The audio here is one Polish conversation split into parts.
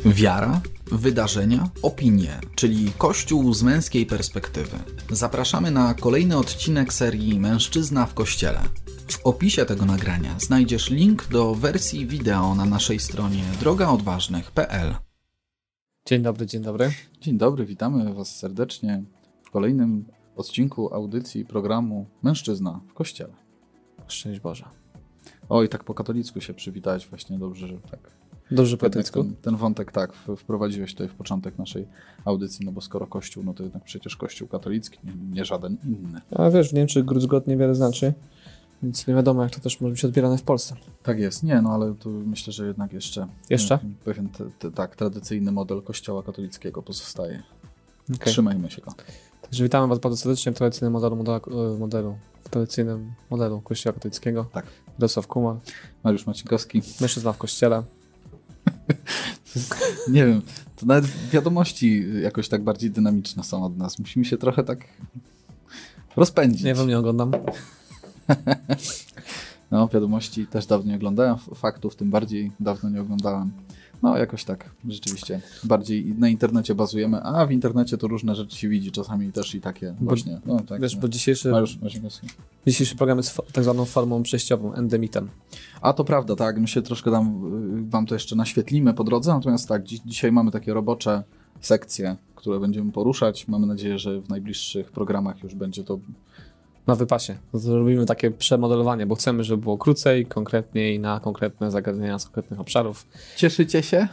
Wiara, wydarzenia, opinie, czyli Kościół z męskiej perspektywy. Zapraszamy na kolejny odcinek serii Mężczyzna w Kościele. W opisie tego nagrania znajdziesz link do wersji wideo na naszej stronie drogaodważnych.pl. Dzień dobry, dzień dobry. Dzień dobry, witamy Was serdecznie w kolejnym odcinku audycji programu Mężczyzna w Kościele. Szczęść Boże. Oj, tak po katolicku się przywitałeś, właśnie dobrze, że tak. Dobrze po katolicku? Ten wątek tak, wprowadziłeś tutaj w początek naszej audycji, no bo skoro Kościół, no to jednak przecież Kościół katolicki, nie żaden inny. A wiesz, w Niemczech Grutzgott niewiele znaczy, więc nie wiadomo, jak to też może być odbierane w Polsce. Tak jest, nie, no ale tu myślę, że jednak jeszcze pewien tradycyjny model Kościoła katolickiego pozostaje. Okay. Trzymajmy się go. Także witamy Was bardzo serdecznie w tradycyjnym modelu Kościoła katolickiego. Tak. Jarosław Kumar. Mariusz Macinkowski. Mężczyzna w Kościele. Nie wiem, to nawet wiadomości jakoś tak bardziej dynamiczne są od nas. Musimy się trochę tak rozpędzić. Nie wiem, nie oglądam. No, wiadomości też dawno nie oglądałem, faktów tym bardziej dawno nie oglądałem. No, jakoś tak, rzeczywiście. Bardziej na internecie bazujemy, a w internecie to różne rzeczy się widzi, czasami też i takie właśnie. No, tak, wiesz, bo dzisiejszy program jest tak zwaną formą przejściową, endemitem. A to prawda, tak, my się troszkę wam to jeszcze naświetlimy po drodze, natomiast tak, dzisiaj mamy takie robocze sekcje, które będziemy poruszać. Mamy nadzieję, że w najbliższych programach już będzie to na wypasie. Zrobimy takie przemodelowanie, bo chcemy, żeby było krócej, konkretniej, na konkretne zagadnienia z konkretnych obszarów. Cieszycie się?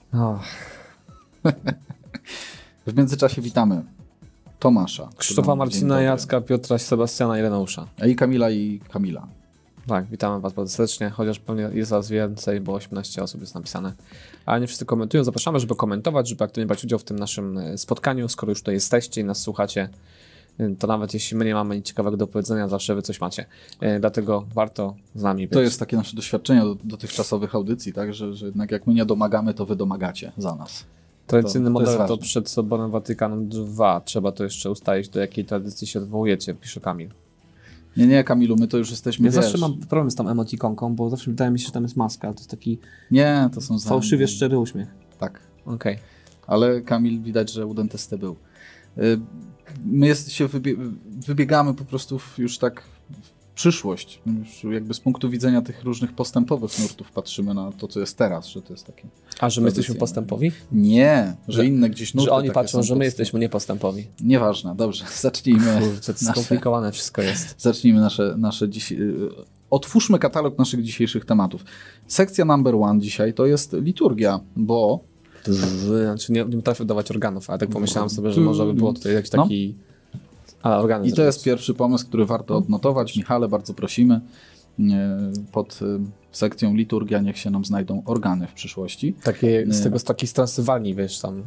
W międzyczasie witamy Tomasza, Krzysztofa, Marcina, Jacka, Piotra, Sebastiana i Reneusza. I Kamila. Tak, witamy Was bardzo serdecznie, chociaż pewnie jest Was więcej, bo 18 osób jest napisane. Ale nie wszyscy komentują. Zapraszamy, żeby komentować, żeby aktywnie brać udział w tym naszym spotkaniu. Skoro już tutaj jesteście i nas słuchacie, to nawet jeśli my nie mamy nic ciekawego do powiedzenia, zawsze Wy coś macie. Dlatego warto z nami być. To jest takie nasze doświadczenie dotychczasowych audycji, tak? Że jednak jak my nie domagamy, to Wy domagacie za nas. Tradycyjny model to przed Soborem Watykanem II. Trzeba to jeszcze ustalić, do jakiej tradycji się odwołujecie, pisze Kamil. Nie, Kamilu, my to już jesteśmy, Ja zawsze mam problem z tą emotikonką, bo zawsze wydaje mi się, że tam jest maska, ale to jest taki to są fałszywie szczery uśmiech. Tak. Okej. Ale Kamil widać, że udentesty był. My wybiegamy po prostu już tak w przyszłość. Już jakby z punktu widzenia tych różnych postępowych nurtów patrzymy na to, co jest teraz, że to jest takie... A, że my jesteśmy postępowi? Nie, że inne gdzieś nurty. Że oni patrzą, że my jesteśmy niepostępowi. Nieważne, dobrze, zacznijmy. Kurczę, skomplikowane wszystko jest. Zacznijmy nasze otwórzmy katalog naszych dzisiejszych tematów. Sekcja number 1 dzisiaj to jest liturgia, bo... Znaczy nie potrafię dawać organów, ale tak pomyślałem sobie, że może by było tutaj jakiś taki... I to jest pierwszy pomysł, który warto odnotować. Michale, bardzo prosimy. Pod sekcją liturgia niech się nam znajdą organy w przyszłości. Takie, z takiej z Transylwanii, wiesz, tam...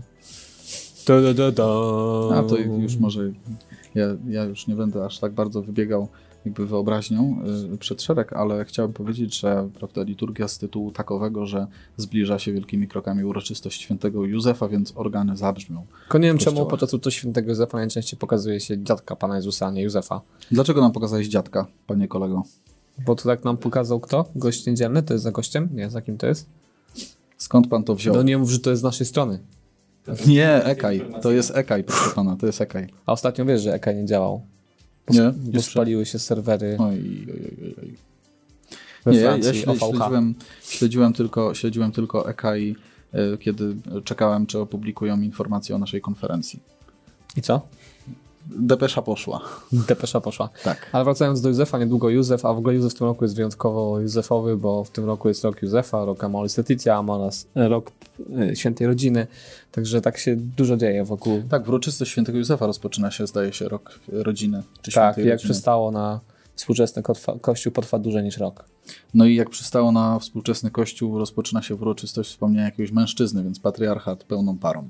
A to już może... Ja już nie będę aż tak bardzo wybiegał jakby wyobraźnią przed szereg, ale chciałbym powiedzieć, że prawda, liturgia z tytułu takowego, że zbliża się wielkimi krokami uroczystość świętego Józefa, więc organy zabrzmią. Tylko nie wiem, czemu podczas uroczystości świętego Józefa najczęściej pokazuje się dziadka Pana Jezusa, a nie Józefa. Dlaczego nam pokazałeś dziadka, panie kolego? Bo to tak nam pokazał kto? Gość niedzielny? To jest za gościem? Nie, za kim to jest? Skąd pan to wziął? No nie mów, że to jest z naszej strony. Nie, Ekaj. To jest Ekaj, proszę pana, to jest Ekaj. A ostatnio wiesz, że Ekaj nie działał. Bo spaliły się serwery. Oj. Nie, ja śledziłem tylko EKI, kiedy czekałem, czy opublikują informacje o naszej konferencji. I co? Depesza poszła. Tak. Ale wracając do Józefa, niedługo Józef, a w ogóle Józef w tym roku jest wyjątkowo józefowy, bo w tym roku jest rok Józefa, rok Amoris Laetitia, Amoras, rok Świętej Rodziny, także tak się dużo dzieje wokół. Tak, w uroczystość Świętego Józefa rozpoczyna się, zdaje się, rok rodziny. Czy tak, Świętej jak rodziny. Przystało na współczesny Kościół potrwa dłużej niż rok. No i jak przystało na współczesny Kościół, rozpoczyna się uroczystość wspomnienia jakiegoś mężczyzny, więc patriarchat pełną parą.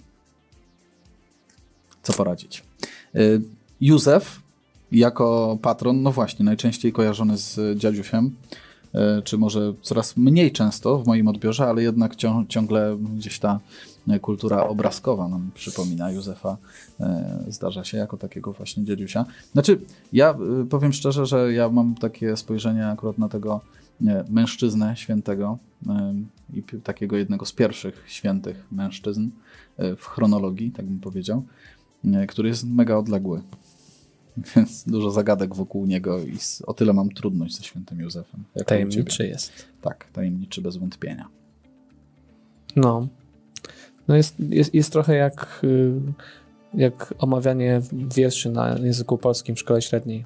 Co poradzić? Józef jako patron, no właśnie, najczęściej kojarzony z dziadziusiem, czy może coraz mniej często w moim odbiorze, ale jednak ciągle gdzieś ta kultura obrazkowa nam przypomina Józefa. Zdarza się jako takiego właśnie dziadziusia. Znaczy, ja powiem szczerze, że ja mam takie spojrzenie akurat na tego mężczyznę świętego i takiego jednego z pierwszych świętych mężczyzn w chronologii, tak bym powiedział, który jest mega odległy. Więc dużo zagadek wokół niego i o tyle mam trudność ze świętym Józefem. Tajemniczy jest. Tak, tajemniczy bez wątpienia. No jest trochę jak omawianie wierszy na języku polskim w szkole średniej.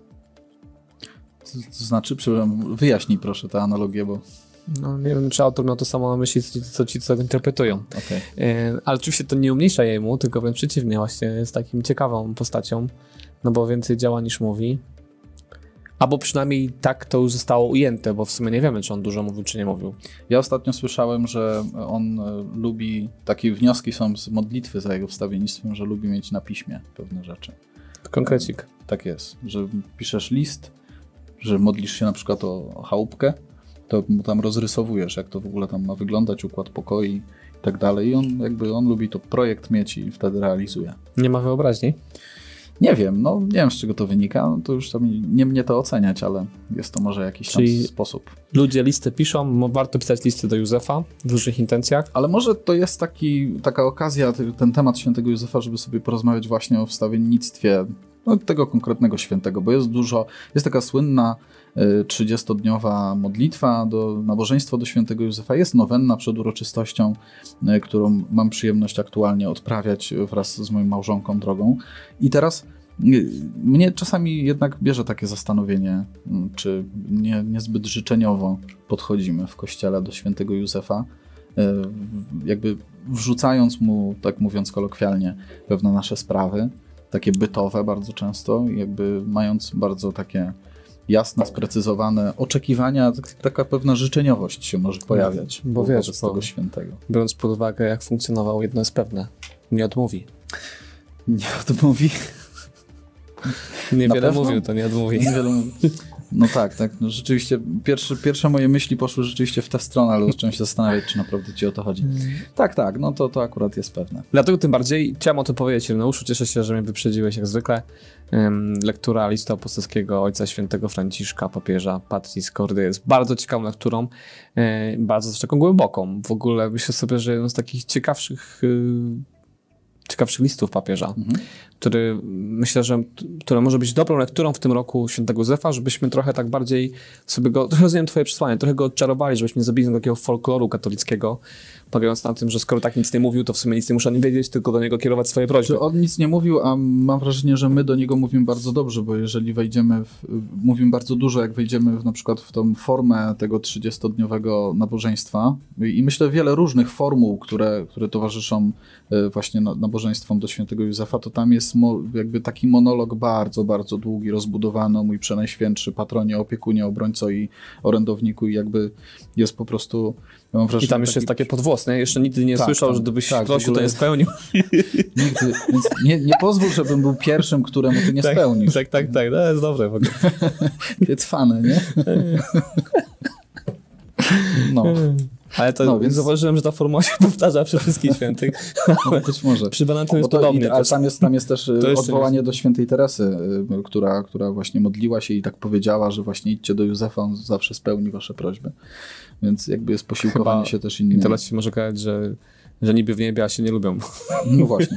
To znaczy, przepraszam, wyjaśnij proszę tę analogię, bo... No nie wiem, czy autor miał to samo na myśli, co ci, co interpretują. Okay. Ale oczywiście to nie umniejsza jemu, tylko wręcz przeciwnie, właśnie jest takim ciekawą postacią, no bo więcej działa niż mówi. Albo przynajmniej tak to już zostało ujęte, bo w sumie nie wiemy, czy on dużo mówił, czy nie mówił. Ja ostatnio słyszałem, że on lubi, takie wnioski są z modlitwy za jego wstawiennictwem, że lubi mieć na piśmie pewne rzeczy. Konkrecik. Tak jest, że piszesz list, że modlisz się na przykład o chałupkę, to tam rozrysowujesz, jak to w ogóle tam ma wyglądać, układ pokoi i tak dalej. I on lubi to projekt mieć i wtedy realizuje. Nie ma wyobraźni? Nie wiem, nie wiem z czego to wynika, to już tam nie mnie to oceniać, ale jest to może jakiś tam sposób. Ludzie listy piszą, warto pisać listy do Józefa w różnych intencjach. Ale może to jest taka okazja, ten temat świętego Józefa, żeby sobie porozmawiać właśnie o wstawiennictwie tego konkretnego świętego, bo jest taka słynna 30-dniowa modlitwa, nabożeństwo do świętego Józefa. Jest nowenna przed uroczystością, którą mam przyjemność aktualnie odprawiać wraz z moją małżonką drogą. I teraz mnie czasami jednak bierze takie zastanowienie, czy niezbyt życzeniowo podchodzimy w kościele do świętego Józefa, jakby wrzucając mu, tak mówiąc kolokwialnie, pewne nasze sprawy, takie bytowe bardzo często, jakby mając bardzo takie jasne, sprecyzowane oczekiwania, taka pewna życzeniowość się może pojawiać wobec tego świętego. Biorąc pod uwagę, jak funkcjonował, jedno jest pewne. Nie odmówi. Nie odmówi? Niewiele mówił, to nie odmówi. Niewiele mówi. No tak. No rzeczywiście pierwsze moje myśli poszły rzeczywiście w tę stronę, ale zacząłem się zastanawiać, czy naprawdę ci o to chodzi. Tak, no to akurat jest pewne. Dlatego tym bardziej chciałem o tym powiedzieć, Ireneuszu, cieszę się, że mnie wyprzedziłeś jak zwykle. Lektura listu apostolskiego Ojca Świętego Franciszka, papieża Patris Corde jest bardzo ciekawą lekturą, bardzo też taką głęboką. W ogóle myślę sobie, że jeden z takich ciekawszych listów papieża, który myślę, że które może być dobrą lekturą w tym roku świętego Józefa, żebyśmy trochę tak bardziej sobie trochę rozumiem twoje przesłanie, trochę go odczarowali, żebyśmy nie zabili do takiego folkloru katolickiego, polegając na tym, że skoro tak nic nie mówił, to w sumie nic nie muszę nie wiedzieć, tylko do niego kierować swoje prośby. On nic nie mówił, a mam wrażenie, że my do niego mówimy bardzo dobrze, bo jeżeli wejdziemy mówimy bardzo dużo, jak wejdziemy na przykład w tą formę tego 30-dniowego nabożeństwa i myślę wiele różnych formuł, które towarzyszą właśnie nabożeństwom do świętego Józefa, to tam jest jakby taki monolog bardzo, bardzo długi, rozbudowany o mój przenajświętszy patronie, opiekunie, obrońco i orędowniku i jakby jest po prostu, ja mam wrażenie, i tam jeszcze jest takie podwłosne, jeszcze nigdy nie słyszał, że gdybyś prosił, to nie spełnił. Nigdy, więc nie pozwól, żebym był pierwszym, któremu ty nie spełnisz. Tak, to jest dobre w ogóle. Cwane, nie? No. Ale to więc zauważyłem, że ta formuła się powtarza przy wszystkich świętych. No, być może. Przy Walentynie jest podobnie. Ale tam jest też odwołanie do świętej Teresy, która właśnie modliła się i tak powiedziała, że właśnie idźcie do Józefa, on zawsze spełni wasze prośby. Więc jakby jest posiłkowanie się też innymi. I teraz się może okazać, że niby w niebie, a się nie lubią. No właśnie.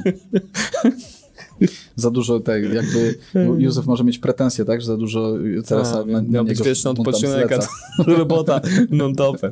Za dużo jakby Józef może mieć pretensje, tak? Że za dużo Teresa na miał być wieczny odpoczynek, a robota non-topem.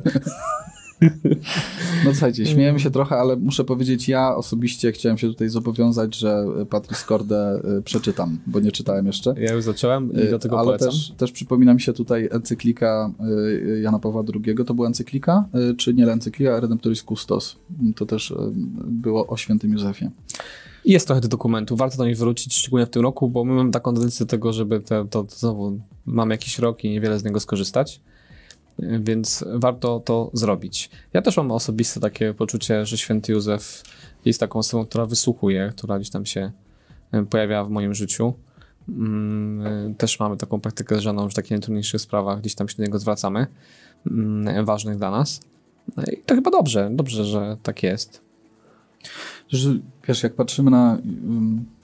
No słuchajcie, śmiejemy się trochę, ale muszę powiedzieć, ja osobiście chciałem się tutaj zobowiązać, że Patris Corde przeczytam, bo nie czytałem jeszcze. Ja już zacząłem i do tego ale polecam. też przypomina mi się tutaj encyklika Jana Pawła II. To była encyklika, czy nie encyklika Redemptoris Custos. To też było o świętym Józefie. Jest trochę tych dokumentów, warto do nich wrócić, szczególnie w tym roku, bo my mamy taką tendencję do tego, żeby to znowu mamy jakiś rok i niewiele z niego skorzystać. Więc warto to zrobić. Ja też mam osobiste takie poczucie, że święty Józef jest taką osobą, która wysłuchuje, która gdzieś tam się pojawia w moim życiu. Też mamy taką praktykę z żoną, że w takich najtrudniejszych sprawach gdzieś tam się do niego zwracamy, ważnych dla nas. I to chyba dobrze, że tak jest. Że, wiesz, jak patrzymy na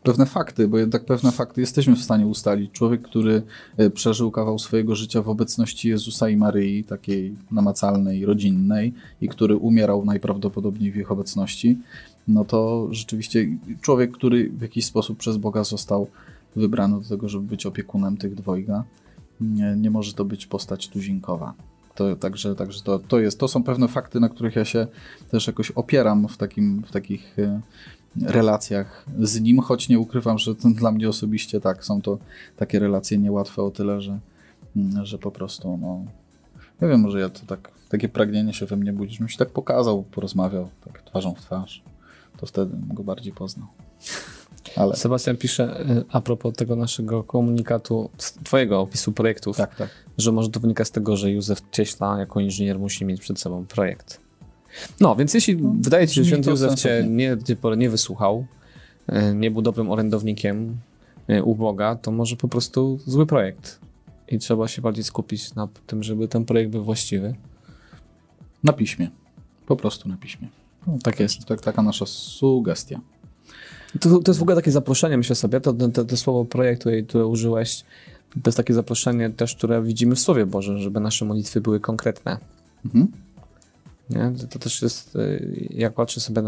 pewne fakty, bo jednak pewne fakty jesteśmy w stanie ustalić. Człowiek, który przeżył kawał swojego życia w obecności Jezusa i Maryi, takiej namacalnej, rodzinnej i który umierał najprawdopodobniej w ich obecności, no to rzeczywiście człowiek, który w jakiś sposób przez Boga został wybrany do tego, żeby być opiekunem tych dwojga, nie może to być postać tuzinkowa. Także to są pewne fakty, na których ja się też jakoś opieram w takich relacjach z nim, choć nie ukrywam, że dla mnie osobiście tak, są to takie relacje niełatwe o tyle, że po prostu, no, nie wiem, może ja to takie pragnienie się we mnie budzi, żebym się tak pokazał, porozmawiał tak twarzą w twarz, to wtedy go bardziej poznał. Ale... Sebastian pisze a propos tego naszego komunikatu, twojego opisu projektów, tak. że może to wynika z tego, że Józef Cieśla jako inżynier musi mieć przed sobą projekt. No, więc jeśli wydaje ci się, że święty Józef cię nie wysłuchał, nie był dobrym orędownikiem u Boga, to może po prostu zły projekt. I trzeba się bardziej skupić na tym, żeby ten projekt był właściwy. Na piśmie. Po prostu na piśmie. No, tak jest. Taka nasza sugestia. To jest w ogóle takie zaproszenie, myślę sobie, to słowo projekt, które użyłeś, to jest takie zaproszenie też, które widzimy w Słowie Bożym, żeby nasze modlitwy były konkretne. Mhm. Nie? To też jest, jak patrzę sobie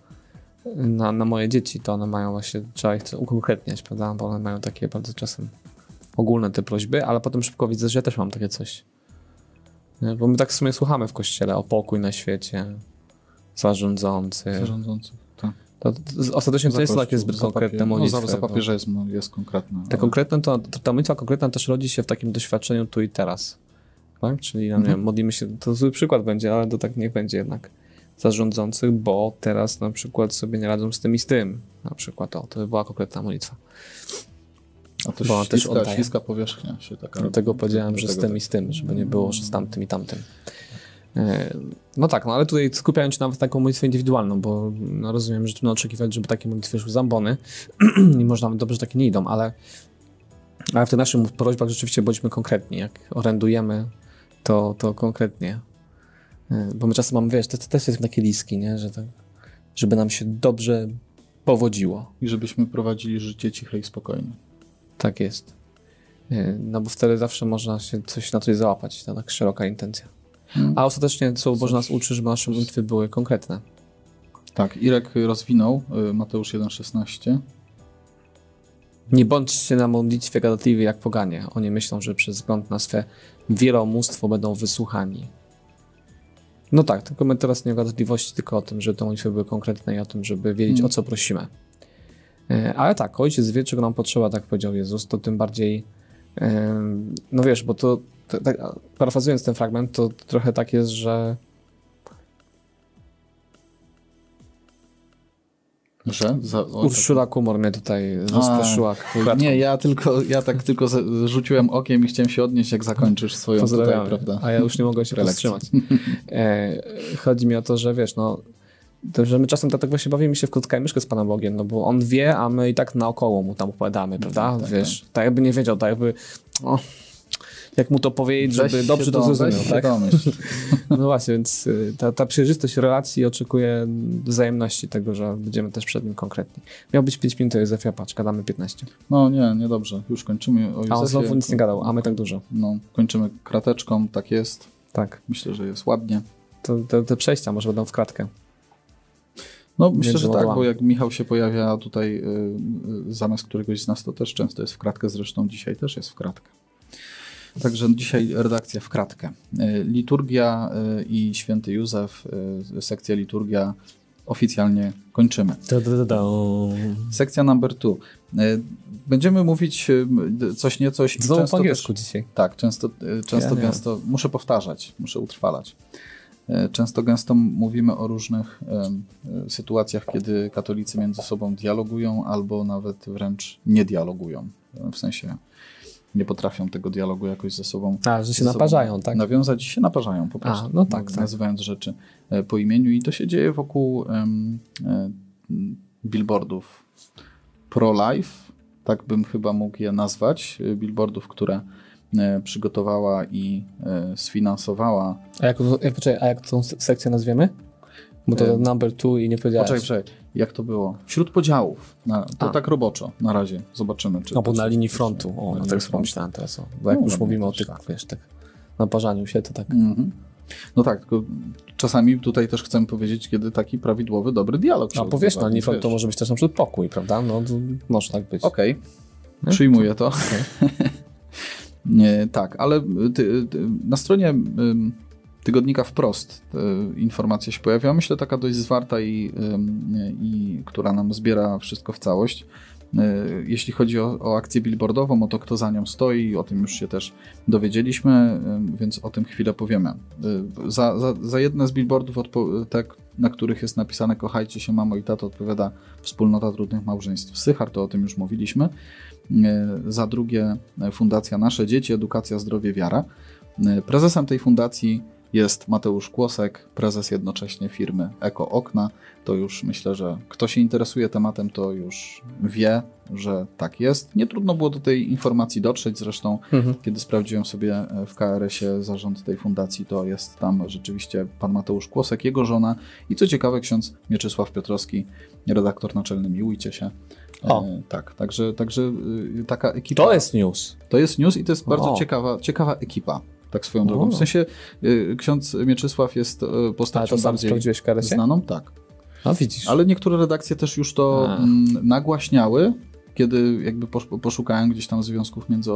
na moje dzieci, to one mają właśnie, trzeba ich ukonkretniać, prawda, bo one mają takie bardzo czasem ogólne te prośby, ale potem szybko widzę, że ja też mam takie coś. Nie? Bo my tak w sumie słuchamy w Kościele o pokój na świecie, zarządzący, tak. To ostatecznie to jest takie zbyt konkretne modlitwy. Za papieża jest konkretna. Te konkretne, ta modlitwa konkretna też rodzi się w takim doświadczeniu tu i teraz. Tak? Czyli nie wiem, modlimy się, to zły przykład będzie, ale to tak niech będzie jednak zarządzących, bo teraz na przykład sobie nie radzą z tym i z tym. Na przykład to by była konkretna modlitwa. A to była też śliska powierzchnia się taka. Dlatego powiedziałem, że z tym i z tym, żeby nie było, że z tamtym i tamtym. No tak, no ale tutaj skupiając się nawet na taką modlitwę indywidualną, bo no rozumiem, że trudno oczekiwać, żeby takie modlitwy szły z ambony i może nawet dobrze, że takie nie idą, ale w tych naszych prośbach rzeczywiście bądźmy konkretni. Jak orędujemy, to konkretnie. Bo my czasem mamy, wiesz, to też jest takie liski, nie? Że tak, żeby nam się dobrze powodziło. I żebyśmy prowadzili życie ciche i spokojnie. Tak jest. No bo wtedy zawsze można się na coś załapać, ta tak szeroka intencja. A ostatecznie Słowo Boże nas uczy, żeby nasze modlitwy były konkretne. Tak, Irek rozwinął Mateusz 1,16. Nie bądźcie na modlitwie gadatliwi jak poganie. Oni myślą, że przez wzgląd na swe wielomóstwo będą wysłuchani. No tak, tylko my teraz nie o gadatliwości, tylko o tym, żeby te modlitwy były konkretne i o tym, żeby wiedzieć, o co prosimy. Ale tak, Ojciec wie, czego nam potrzeba, tak powiedział Jezus, to tym bardziej, no wiesz, bo to tak, parafrazując ten fragment, to trochę tak jest, że Urszula Kumor mnie tutaj zastraszyła. Nie, ja tak tylko rzuciłem okiem i chciałem się odnieść, jak zakończysz swoją tutaj, prawda? A ja już nie mogłem się powstrzymać. Chodzi mi o to, że wiesz, no, to, że my czasem tak właśnie bawimy się w krótka i myszkę z Panem Bogiem, no bo On wie, a my i tak naokoło Mu tam opowiadamy, prawda? Tak, wiesz, tak jakby nie wiedział, tak jakby... jak mu to powiedzieć, żeby dobrze to zrozumiał, tak? No właśnie, więc ta przejrzystość relacji oczekuje wzajemności tego, że będziemy też przed nim konkretni. Miał być 5 minut o Józefie, patrz, gadamy 15. No nie dobrze, już kończymy o Józefie. A on znowu nic nie gadał, a my tak dużo. No, kończymy krateczką, tak jest. Tak. Myślę, że jest ładnie. Te przejścia może będą w kratkę. No myślę, że tak, bo jak Michał się pojawia tutaj zamiast któregoś z nas, to też często jest w kratkę, zresztą dzisiaj też jest w kratkę. Także dzisiaj redakcja w kratkę. Liturgia i święty Józef, sekcja liturgia oficjalnie kończymy. Sekcja number 2. Będziemy mówić coś niecoś. Znowu po angielsku dzisiaj. Tak, często gęsto. Muszę powtarzać, muszę utrwalać. Często gęsto mówimy o różnych sytuacjach, kiedy katolicy między sobą dialogują albo nawet wręcz nie dialogują. W sensie nie potrafią tego dialogu jakoś ze sobą... że się naparzają, tak? Nawiązać i się naparzają po prostu. No tak, nazywając rzeczy po imieniu. I to się dzieje wokół billboardów pro-life, tak bym chyba mógł je nazwać. Billboardów, które przygotowała i sfinansowała. A jak tą sekcję nazwiemy? Bo to number 2 i nie powiedziałeś. Poczekaj, jak to było? Wśród podziałów. Tak roboczo na razie. Zobaczymy. Czy bo na linii frontu. No tak sobie pomyślałem teraz. Bo jak już mówimy o tych, wiesz, tak naparzaniu się, to tak. No tak, tylko czasami tutaj też chcę powiedzieć, kiedy taki prawidłowy, dobry dialog się powiesz, na linii frontu to może być też na przykład pokój, prawda? No może tak być. Okej. Przyjmuję to. Nie, tak, ale na stronie tygodnika Wprost informacja się pojawiła. Myślę, taka dość zwarta i która nam zbiera wszystko w całość. Jeśli chodzi o akcję billboardową, o to, kto za nią stoi, o tym już się też dowiedzieliśmy, więc o tym chwilę powiemy. Za jedne z billboardów, te, na których jest napisane kochajcie się mamo i tato, odpowiada Wspólnota Trudnych Małżeństw Sychar, to o tym już mówiliśmy. Za drugie Fundacja Nasze Dzieci, Edukacja, Zdrowie, Wiara. Prezesem tej fundacji jest Mateusz Kłosek, prezes jednocześnie firmy Eko Okna. To już myślę, że kto się interesuje tematem, to już wie, że tak jest. Nie trudno było do tej informacji dotrzeć, zresztą kiedy sprawdziłem sobie w KRS-ie zarząd tej fundacji, to jest tam rzeczywiście pan Mateusz Kłosek, jego żona i co ciekawe ksiądz Mieczysław Piotrowski, redaktor naczelny, miłujcie się. Tak, także taka ekipa. To jest news. To jest news i to jest bardzo ciekawa ekipa. Tak swoją drogą. W sensie ksiądz Mieczysław jest postacią bardziej znaną. Tak. A widzisz. Ale niektóre redakcje też już to nagłaśniały, kiedy jakby poszukałem gdzieś tam związków między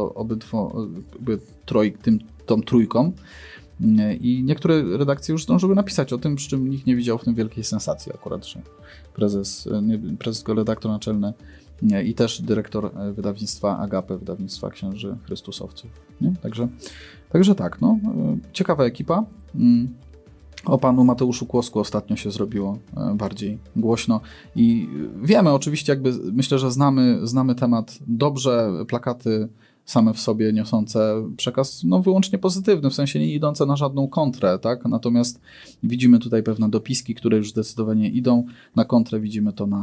tą trójką. I niektóre redakcje już zdążyły napisać o tym, przy czym nikt nie widział w tym wielkiej sensacji akurat, że prezes, redaktor naczelny i też dyrektor wydawnictwa Agape, wydawnictwa Księży Chrystusowców. Nie? Także tak, no, ciekawa ekipa. O panu Mateuszu Kłosku ostatnio się zrobiło bardziej głośno i wiemy oczywiście, jakby myślę, że znamy temat dobrze, plakaty same w sobie niosące przekaz wyłącznie pozytywny, w sensie nie idące na żadną kontrę, tak? Natomiast widzimy tutaj pewne dopiski, które już zdecydowanie idą na kontrę, widzimy to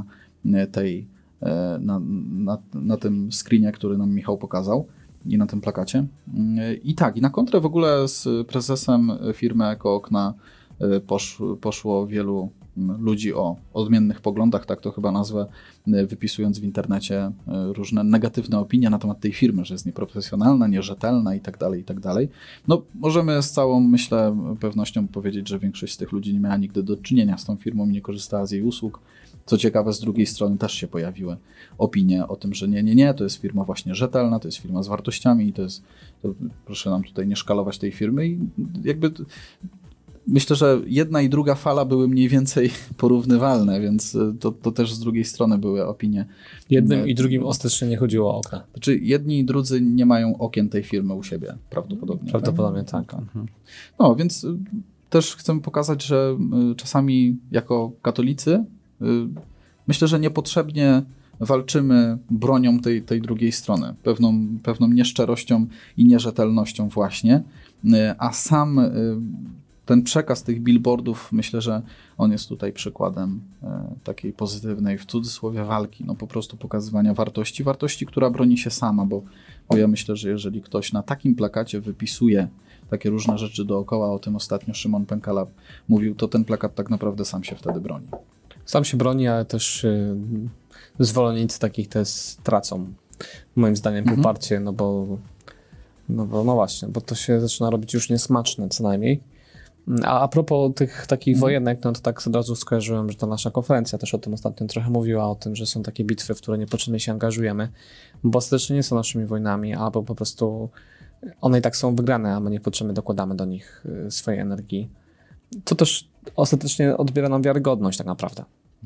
na tym screenie, który nam Michał pokazał i na tym plakacie. I tak, i na kontrę w ogóle z prezesem firmy Eko Okna poszło wielu ludzi o odmiennych poglądach, tak to chyba nazwę, wypisując w internecie różne negatywne opinie na temat tej firmy, że jest nieprofesjonalna, nierzetelna i tak dalej. No, możemy z całą, myślę, pewnością powiedzieć, że większość z tych ludzi nie miała nigdy do czynienia z tą firmą i nie korzystała z jej usług. Co ciekawe, z drugiej strony też się pojawiły opinie o tym, że nie, to jest firma właśnie rzetelna, to jest firma z wartościami i to proszę nam tutaj nie szkalować tej firmy i jakby myślę, że jedna i druga fala były mniej więcej porównywalne, więc to też z drugiej strony były opinie. Jednym i drugim ostatecznie nie chodziło o okna. Znaczy jedni i drudzy nie mają okien tej firmy u siebie, prawdopodobnie. Prawdopodobnie tak. No, więc też chcę pokazać, że czasami jako katolicy myślę, że niepotrzebnie walczymy bronią tej drugiej strony, pewną nieszczerością i nierzetelnością właśnie, a sam ten przekaz tych billboardów, myślę, że on jest tutaj przykładem takiej pozytywnej, w cudzysłowie, walki, no po prostu pokazywania wartości, która broni się sama, bo ja myślę, że jeżeli ktoś na takim plakacie wypisuje takie różne rzeczy dookoła, o tym ostatnio Szymon Pękala mówił, to ten plakat tak naprawdę sam się wtedy broni. Sam się broni, ale też zwolennicy takich też tracą, moim zdaniem, poparcie, no właśnie, bo to się zaczyna robić już niesmaczne co najmniej. A propos tych takich wojenek, no to tak od razu skojarzyłem, że ta nasza konferencja też o tym ostatnio trochę mówiła, o tym, że są takie bitwy, w które niepotrzebnie się angażujemy, bo ostatecznie nie są naszymi wojnami, albo po prostu one i tak są wygrane, a my niepotrzebnie dokładamy do nich swojej energii. To też ostatecznie odbiera nam wiarygodność tak naprawdę.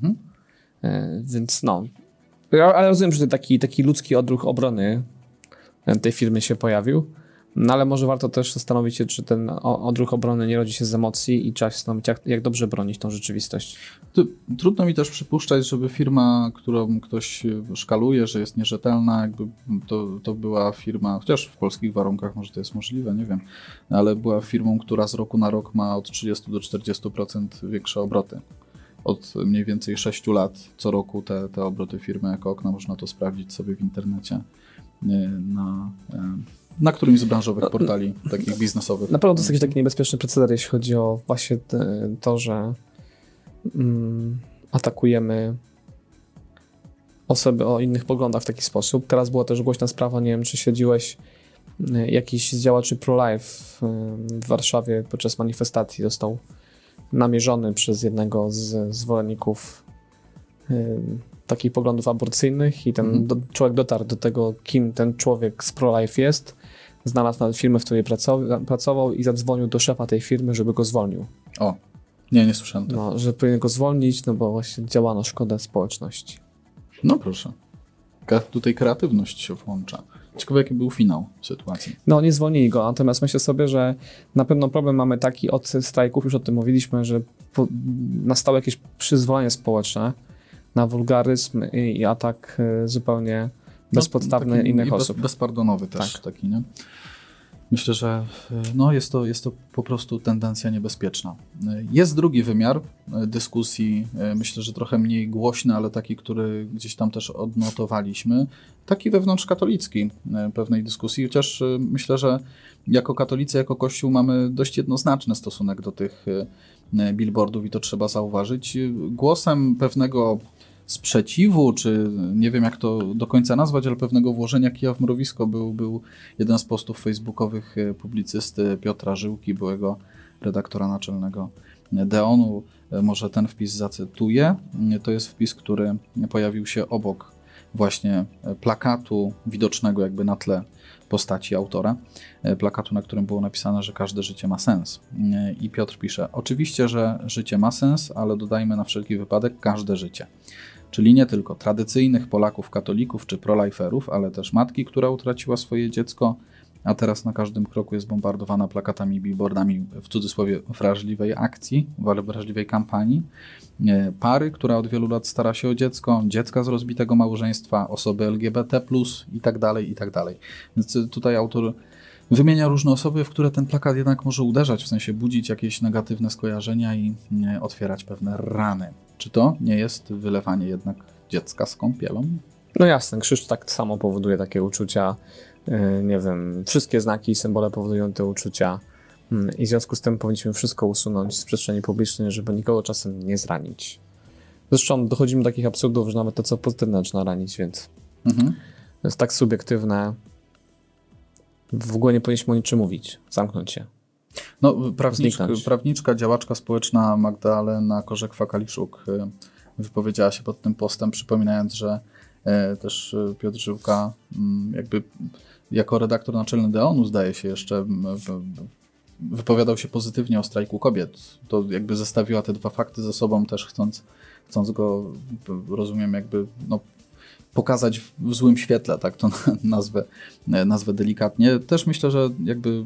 Więc no, ale rozumiem, że taki ludzki odruch obrony tej firmy się pojawił. No ale może warto też zastanowić się, czy ten odruch obrony nie rodzi się z emocji i trzeba się zastanowić, jak dobrze bronić tą rzeczywistość. Trudno mi też przypuszczać, żeby firma, którą ktoś szkaluje, że jest nierzetelna, jakby to była firma, chociaż w polskich warunkach może to jest możliwe, nie wiem, ale była firmą, która z roku na rok ma od 30 do 40% większe obroty. Od mniej więcej 6 lat co roku te obroty firmy Eko Okna, można to sprawdzić sobie w internecie na którymś z branżowych portali takich biznesowych. Na pewno to jest jakiś taki niebezpieczny proceder, jeśli chodzi o właśnie to, że atakujemy osoby o innych poglądach w taki sposób. Teraz była też głośna sprawa, nie wiem, czy śledziłeś, jakiś z działaczy pro-life w Warszawie podczas manifestacji został namierzony przez jednego z zwolenników takich poglądów aborcyjnych i ten człowiek dotarł do tego, kim ten człowiek z pro-life jest, znalazł nawet firmę, w której pracował i zadzwonił do szefa tej firmy, żeby go zwolnił. O, nie słyszałem tego. No, że powinien go zwolnić, no bo właśnie działa na szkodę społeczności. No proszę. Tutaj kreatywność się włącza. Ciekawe, jaki był finał sytuacji. No, nie zwolnili go, natomiast myślę sobie, że na pewno problem mamy taki od strajków, już o tym mówiliśmy, że nastało jakieś przyzwolenie społeczne na wulgaryzm i atak zupełnie bezpodstawny innych osób. Bezpardonowy też taki, nie? Myślę, że jest to po prostu tendencja niebezpieczna. Jest drugi wymiar dyskusji, myślę, że trochę mniej głośny, ale taki, który gdzieś tam też odnotowaliśmy, taki wewnątrzkatolicki pewnej dyskusji, chociaż myślę, że jako katolicy, jako Kościół mamy dość jednoznaczny stosunek do tych billboardów i to trzeba zauważyć. Głosem pewnego sprzeciwu, czy nie wiem jak to do końca nazwać, ale pewnego włożenia kija w mrowisko był jeden z postów facebookowych publicysty Piotra Żyłki, byłego redaktora naczelnego Deonu. Może ten wpis zacytuję. To jest wpis, który pojawił się obok właśnie plakatu widocznego jakby na tle postaci autora, plakatu, na którym było napisane, że każde życie ma sens. I Piotr pisze: oczywiście, że życie ma sens, ale dodajmy na wszelki wypadek każde życie. Czyli nie tylko tradycyjnych Polaków, katolików czy proliferów, ale też matki, która utraciła swoje dziecko, a teraz na każdym kroku jest bombardowana plakatami, billboardami, w cudzysłowie, wrażliwej akcji, wrażliwej kampanii, pary, która od wielu lat stara się o dziecko, dziecka z rozbitego małżeństwa, osoby LGBT+, i tak dalej, i tak dalej. Więc tutaj autor wymienia różne osoby, w które ten plakat jednak może uderzać, w sensie budzić jakieś negatywne skojarzenia i otwierać pewne rany. Czy to nie jest wylewanie jednak dziecka z kąpielą? No jasne, krzyż tak samo powoduje takie uczucia, nie wiem, wszystkie znaki i symbole powodują te uczucia i w związku z tym powinniśmy wszystko usunąć z przestrzeni publicznej, żeby nikogo czasem nie zranić. Zresztą dochodzimy do takich absurdów, że nawet to, co pozytywne, zaczyna ranić, więc to jest tak subiektywne. W ogóle nie powinniśmy o niczym mówić, zamknąć się. No, prawniczka, działaczka społeczna Magdalena Korzek-Fakaliszuk wypowiedziała się pod tym postem, przypominając, że też Piotr Żyłka jakby jako redaktor naczelny Deonu, zdaje się, jeszcze wypowiadał się pozytywnie o strajku kobiet. To jakby zestawiła te dwa fakty ze sobą, też chcąc go, rozumiem, jakby pokazać w złym świetle, tak to nazwę delikatnie. Też myślę, że jakby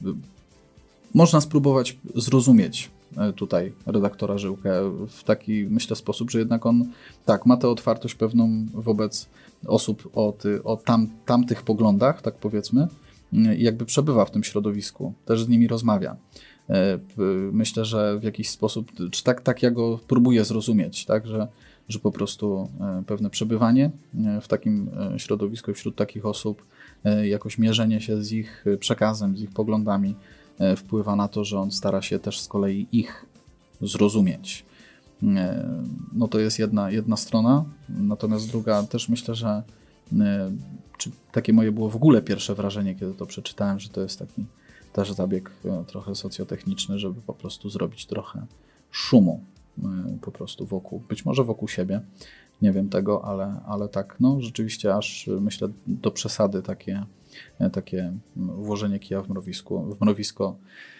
można spróbować zrozumieć tutaj redaktora Żyłkę w taki, myślę, sposób, że jednak on ma tę otwartość pewną wobec osób o tamtych poglądach, tak powiedzmy, i jakby przebywa w tym środowisku, też z nimi rozmawia. Myślę, że w jakiś sposób, czy tak ja go próbuję zrozumieć, tak, że po prostu pewne przebywanie w takim środowisku, wśród takich osób, jakoś mierzenie się z ich przekazem, z ich poglądami wpływa na to, że on stara się też z kolei ich zrozumieć. No to jest jedna strona, natomiast druga też myślę, że takie moje było w ogóle pierwsze wrażenie, kiedy to przeczytałem, że to jest taki też zabieg trochę socjotechniczny, żeby po prostu zrobić trochę szumu po prostu wokół, być może wokół siebie, nie wiem tego, ale tak, no rzeczywiście aż myślę do przesady takie włożenie kija w mrowisko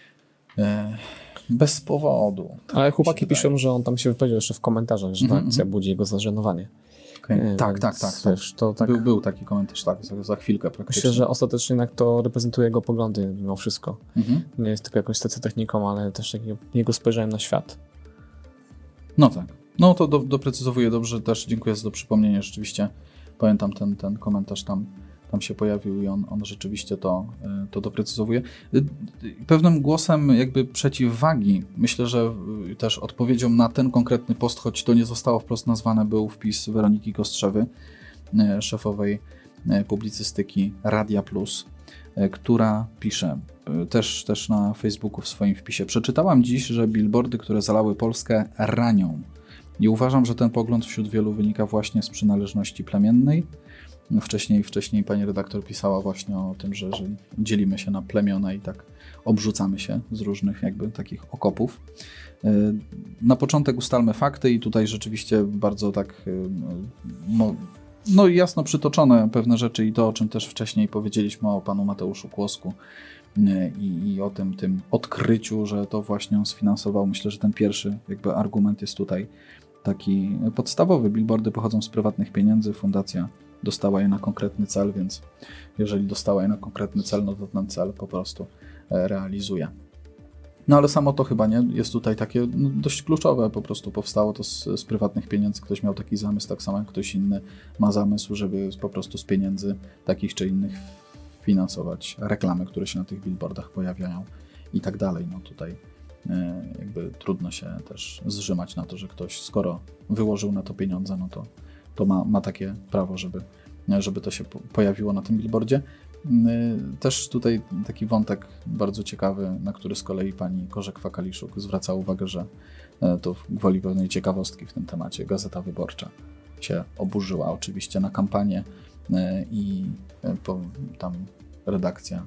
bez powodu. Ale chłopaki piszą, że on tam się wypowiedział jeszcze w komentarzach, że ta akcja budzi jego zażenowanie. Okay. Tak. Wiesz, to tak. Był taki komentarz, tak, za chwilkę praktycznie. Myślę, że ostatecznie jednak to reprezentuje jego poglądy mimo wszystko. Nie jest tylko jakąś socjotechniką, ale też jego spojrzeniem na świat. No tak. No to doprecyzowuję dobrze, też dziękuję za to przypomnienie. Rzeczywiście pamiętam ten komentarz tam się pojawił i on rzeczywiście to doprecyzowuje. Pewnym głosem jakby przeciwwagi, myślę, że też odpowiedzią na ten konkretny post, choć to nie zostało wprost nazwane, był wpis Weroniki Kostrzewy, szefowej publicystyki Radia Plus, która pisze, też na Facebooku w swoim wpisie: przeczytałam dziś, że billboardy, które zalały Polskę, ranią. I uważam, że ten pogląd wśród wielu wynika właśnie z przynależności plemiennej. Wcześniej pani redaktor pisała właśnie o tym, że dzielimy się na plemiona i tak obrzucamy się z różnych jakby takich okopów. Na początek ustalmy fakty i tutaj rzeczywiście bardzo tak jasno przytoczone pewne rzeczy i to, o czym też wcześniej powiedzieliśmy o panu Mateuszu Kłosku i o tym odkryciu, że to właśnie on sfinansował. Myślę, że ten pierwszy jakby argument jest tutaj taki podstawowy. Billboardy pochodzą z prywatnych pieniędzy, fundacja dostała je na konkretny cel, więc jeżeli dostała je na konkretny cel, no to ten cel po prostu realizuje. No ale samo to chyba nie jest tutaj takie dość kluczowe, po prostu powstało to z prywatnych pieniędzy, ktoś miał taki zamysł, tak samo jak ktoś inny ma zamysł, żeby po prostu z pieniędzy takich czy innych finansować reklamy, które się na tych billboardach pojawiają i tak dalej. No tutaj jakby trudno się też zrzymać na to, że ktoś, skoro wyłożył na to pieniądze, no to ma takie prawo, żeby to się pojawiło na tym billboardzie. Też tutaj taki wątek bardzo ciekawy, na który z kolei pani Korzek-Wakaliszuk zwraca uwagę, że to gwoli pewnej ciekawostki w tym temacie Gazeta Wyborcza się oburzyła oczywiście na kampanię i tam redakcja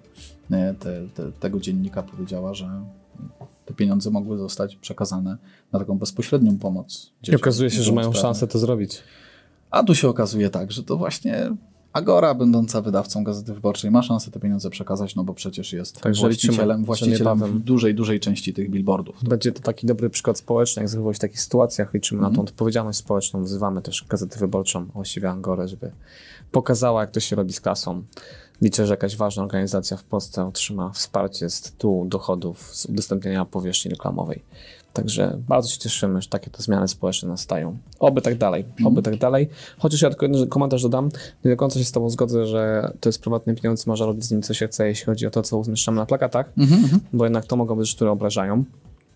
tego dziennika powiedziała, że te pieniądze mogły zostać przekazane na taką bezpośrednią pomoc dzieciom. I okazuje się, że mają szansę to zrobić. A tu się okazuje tak, że to właśnie Agora, będąca wydawcą Gazety Wyborczej, ma szansę te pieniądze przekazać, no bo przecież jest właścicielem dużej części tych billboardów. Będzie to taki dobry przykład społeczny, jak zachowywać w takich sytuacjach. Liczymy na tą odpowiedzialność społeczną. Wzywamy też Gazetę Wyborczą, właściwie Agorę, żeby pokazała, jak to się robi z klasą. Liczę, że jakaś ważna organizacja w Polsce otrzyma wsparcie z tytułu dochodów z udostępnienia powierzchni reklamowej. Także bardzo się cieszymy, że takie te zmiany społeczne nastają. Oby tak dalej, oby tak dalej. Chociaż ja tylko jeden komentarz dodam, nie do końca się z tobą zgodzę, że to jest prywatny pieniądz, można robić z nim co się chce, jeśli chodzi o to, co umieszczamy na plakatach, bo jednak to mogą być rzeczy, które obrażają.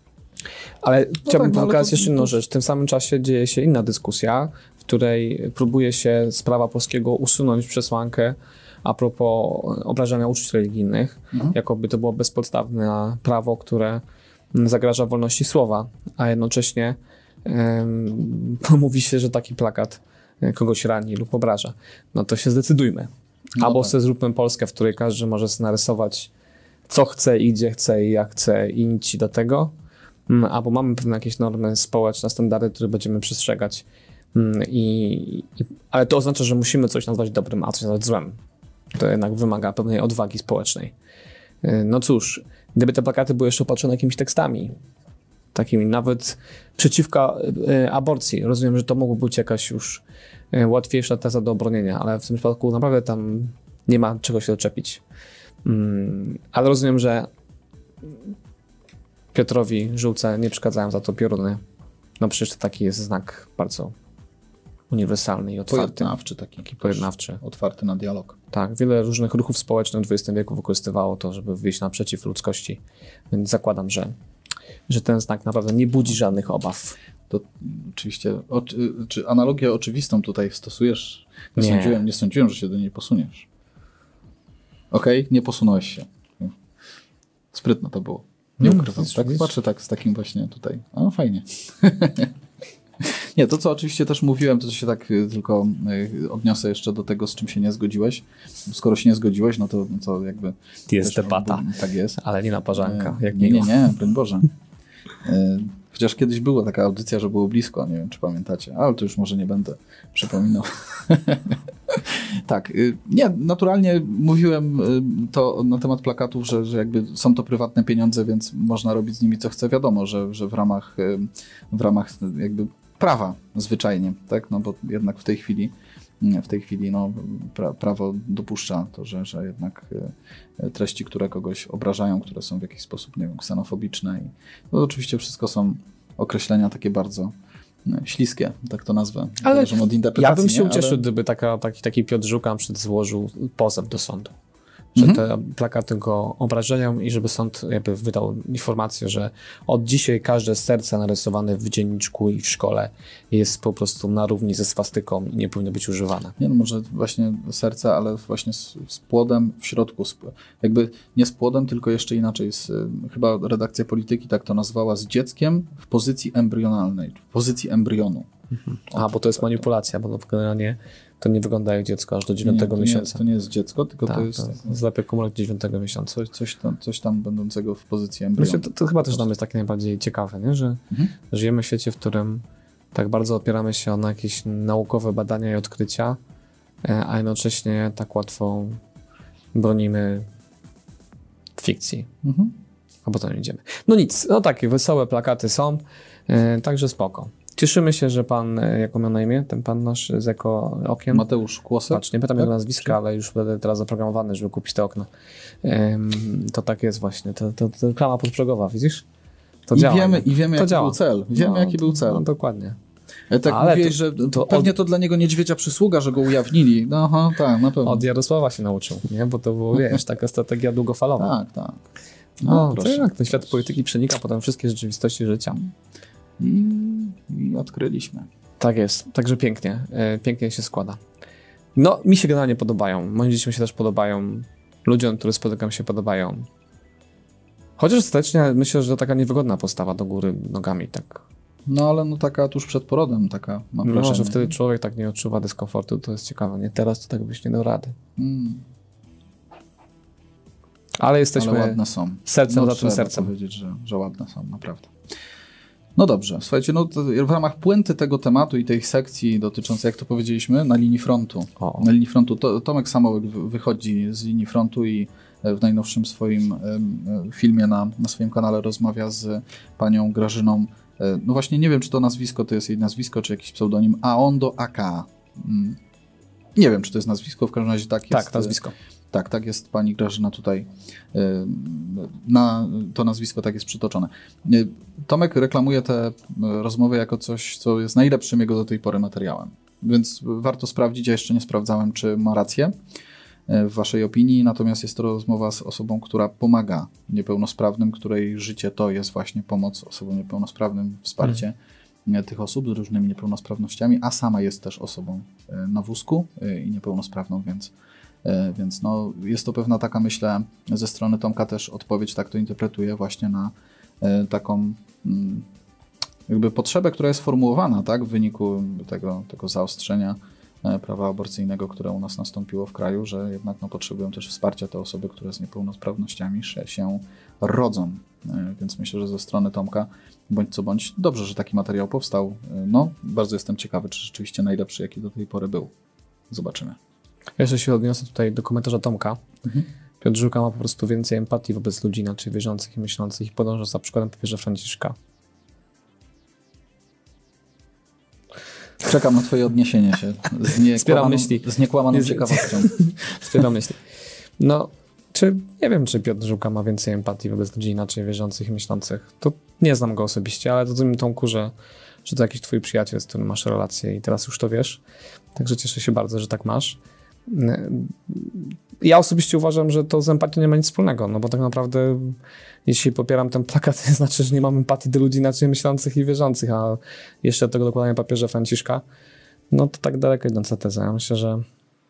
Ale chciałbym pokazać jeszcze inną rzecz. W tym samym czasie dzieje się inna dyskusja, w której próbuje się z prawa polskiego usunąć przesłankę a propos obrażania uczuć religijnych, jakoby to było bezpodstawne prawo, które zagraża wolności słowa, a jednocześnie mówi się, że taki plakat kogoś rani lub obraża. No to się zdecydujmy. Albo sobie zróbmy Polskę, w której każdy może sobie narysować co chce i gdzie chce i jak chce i nic ci do tego, albo mamy pewne jakieś normy społeczne, standardy, które będziemy przestrzegać. Ale to oznacza, że musimy coś nazwać dobrym, a coś nazwać złem. To jednak wymaga pewnej odwagi społecznej. No cóż, gdyby te plakaty były jeszcze opatrzone jakimiś tekstami, takimi nawet przeciwko aborcji, rozumiem, że to mogła być jakaś już łatwiejsza teza do obronienia, ale w tym przypadku naprawdę tam nie ma czego się doczepić. Ale rozumiem, że Piotrowi Żółce nie przeszkadzają za to pioruny. No przecież to taki jest znak bardzo uniwersalny i otwarty. Taki pojednawczy. Otwarty na dialog. Tak, wiele różnych ruchów społecznych w XX wieku wykorzystywało to, żeby wyjść naprzeciw ludzkości. Więc zakładam, że ten znak naprawdę nie budzi żadnych obaw. To oczywiście, czy analogię oczywistą tutaj stosujesz? Nie sądziłem, że się do niej posuniesz. Okej, nie posunąłeś się. Sprytno to było. Nie ukrywam. Tak patrzę tak z takim właśnie tutaj. A fajnie. Nie, to co oczywiście też mówiłem, to się tak tylko odniosę jeszcze do tego, z czym się nie zgodziłeś. Skoro się nie zgodziłeś, no to jakby... Jest debata. Tak jest. Ale nie naparzanka. Nie, broń Boże. Chociaż kiedyś była taka audycja, że było blisko, nie wiem, czy pamiętacie, ale to już może nie będę przypominał. Tak, nie, naturalnie mówiłem to na temat plakatów, że jakby są to prywatne pieniądze, więc można robić z nimi co chce. Wiadomo, że w ramach jakby prawa zwyczajnie, tak, no bo jednak w tej chwili no, prawo dopuszcza to, że jednak treści, które kogoś obrażają, które są w jakiś sposób, nie wiem, ksenofobiczne i to oczywiście wszystko są określenia takie bardzo śliskie, tak to nazwę. Ale ja bym się ucieszył, gdyby taki Piotr Żuka złożył pozew do sądu. że te plakaty go obrażają i żeby sąd jakby wydał informację, że od dzisiaj każde serce narysowane w dzienniczku i w szkole jest po prostu na równi ze swastyką i nie powinno być używane. Nie, no może właśnie serce, ale właśnie z płodem w środku. Jakby nie z płodem, tylko jeszcze inaczej. Chyba redakcja Polityki tak to nazwała, z dzieckiem w pozycji embrionalnej, w pozycji embrionu. Bo to jest manipulacja, bo generalnie to nie wygląda jak dziecko aż do 9 miesiąca. To nie jest dziecko, tylko to jest zlepek komórek 9 miesiąca. Coś tam będącego w pozycji embrionu. Myślę, to chyba też nam jest takie najbardziej ciekawe, nie? Że żyjemy w świecie, w którym tak bardzo opieramy się na jakieś naukowe badania i odkrycia, a jednocześnie tak łatwo bronimy fikcji. A potem idziemy. No nic, no takie wesołe plakaty są, także spoko. Cieszymy się, że pan, jak on miał na imię, ten pan nasz z Eko Okien? Mateusz Kłosek. Patrz, nie pytam jego nazwiska, ale już będę teraz zaprogramowany, żeby kupić te okna. To tak jest właśnie, to reklama podprogowa, widzisz? To działa. I wiemy jaki był cel. Jaki był cel. No, dokładnie. Tak ale mówiłeś, że pewnie to dla niego niedźwiedzia przysługa, że go ujawniili. Aha, tak, na pewno. Od Jarosława się nauczył, nie? Bo to było, wiesz, taka strategia długofalowa. Tak. No tak, ten świat polityki przenika potem wszystkie rzeczywistości życia. I odkryliśmy. Tak jest, także pięknie się składa. No, mi się generalnie podobają, moim dzieciom się też podobają, ludziom, których spotykam się podobają. Chociaż ostatecznie myślę, że to taka niewygodna postawa do góry nogami, tak. No ale no taka tuż przed porodem, taka mam wrażenie. No, że wtedy człowiek tak nie odczuwa dyskomfortu, to jest ciekawe, nie? Teraz to tak byś nie dał rady. Ale jesteśmy ładne są. Sercem za tym sercem. Powiedzieć, że ładne są, naprawdę. No dobrze, słuchajcie, no w ramach puenty tego tematu i tej sekcji dotyczącej, jak to powiedzieliśmy, na linii frontu. Na linii frontu Tomek Samołek wychodzi z linii frontu i w najnowszym swoim filmie na swoim kanale rozmawia z panią Grażyną. No właśnie nie wiem, czy to nazwisko to jest jej nazwisko, czy jakiś pseudonim, Aondo AK. Nie wiem, czy to jest nazwisko, w każdym razie tak jest. Tak, nazwisko. Tak jest pani Grażyna tutaj, na to nazwisko tak jest przytoczone. Tomek reklamuje tę rozmowę jako coś, co jest najlepszym jego do tej pory materiałem. Więc warto sprawdzić, ja jeszcze nie sprawdzałem, czy ma rację w waszej opinii, natomiast jest to rozmowa z osobą, która pomaga niepełnosprawnym, której życie to jest właśnie pomoc osobom niepełnosprawnym, wsparcie tych osób z różnymi niepełnosprawnościami, a sama jest też osobą na wózku i niepełnosprawną, więc no, jest to pewna taka, myślę, ze strony Tomka też odpowiedź, tak to interpretuję, właśnie na taką jakby potrzebę, która jest formułowana, tak, w wyniku tego zaostrzenia prawa aborcyjnego, które u nas nastąpiło w kraju, że jednak no, potrzebują też wsparcia te osoby, które z niepełnosprawnościami się rodzą. Więc myślę, że ze strony Tomka bądź co bądź dobrze, że taki materiał powstał. No, bardzo jestem ciekawy, czy rzeczywiście najlepszy, jaki do tej pory był. Zobaczymy. Ja jeszcze się odniosę tutaj do komentarza Tomka. Piotr Żuka ma po prostu więcej empatii wobec ludzi inaczej wierzących i myślących i podąża za przykładem papieża Franciszka. Czekam na twoje odniesienie się z niekłamaną ciekawością. Wspieram myśli. No, nie wiem, czy Piotr Żuka ma więcej empatii wobec ludzi inaczej wierzących i myślących. To nie znam go osobiście, ale to rozumiem, Tomku, że to jakiś twój przyjaciel, z którym masz relację i teraz już to wiesz. Także cieszę się bardzo, że tak masz. Ja osobiście uważam, że to z empatią nie ma nic wspólnego, no bo tak naprawdę jeśli popieram ten plakat, to znaczy, że nie mam empatii do ludzi inaczej myślących i wierzących, a jeszcze do tego dokładania papieża Franciszka, no to tak daleko idąca teza. Ja myślę, że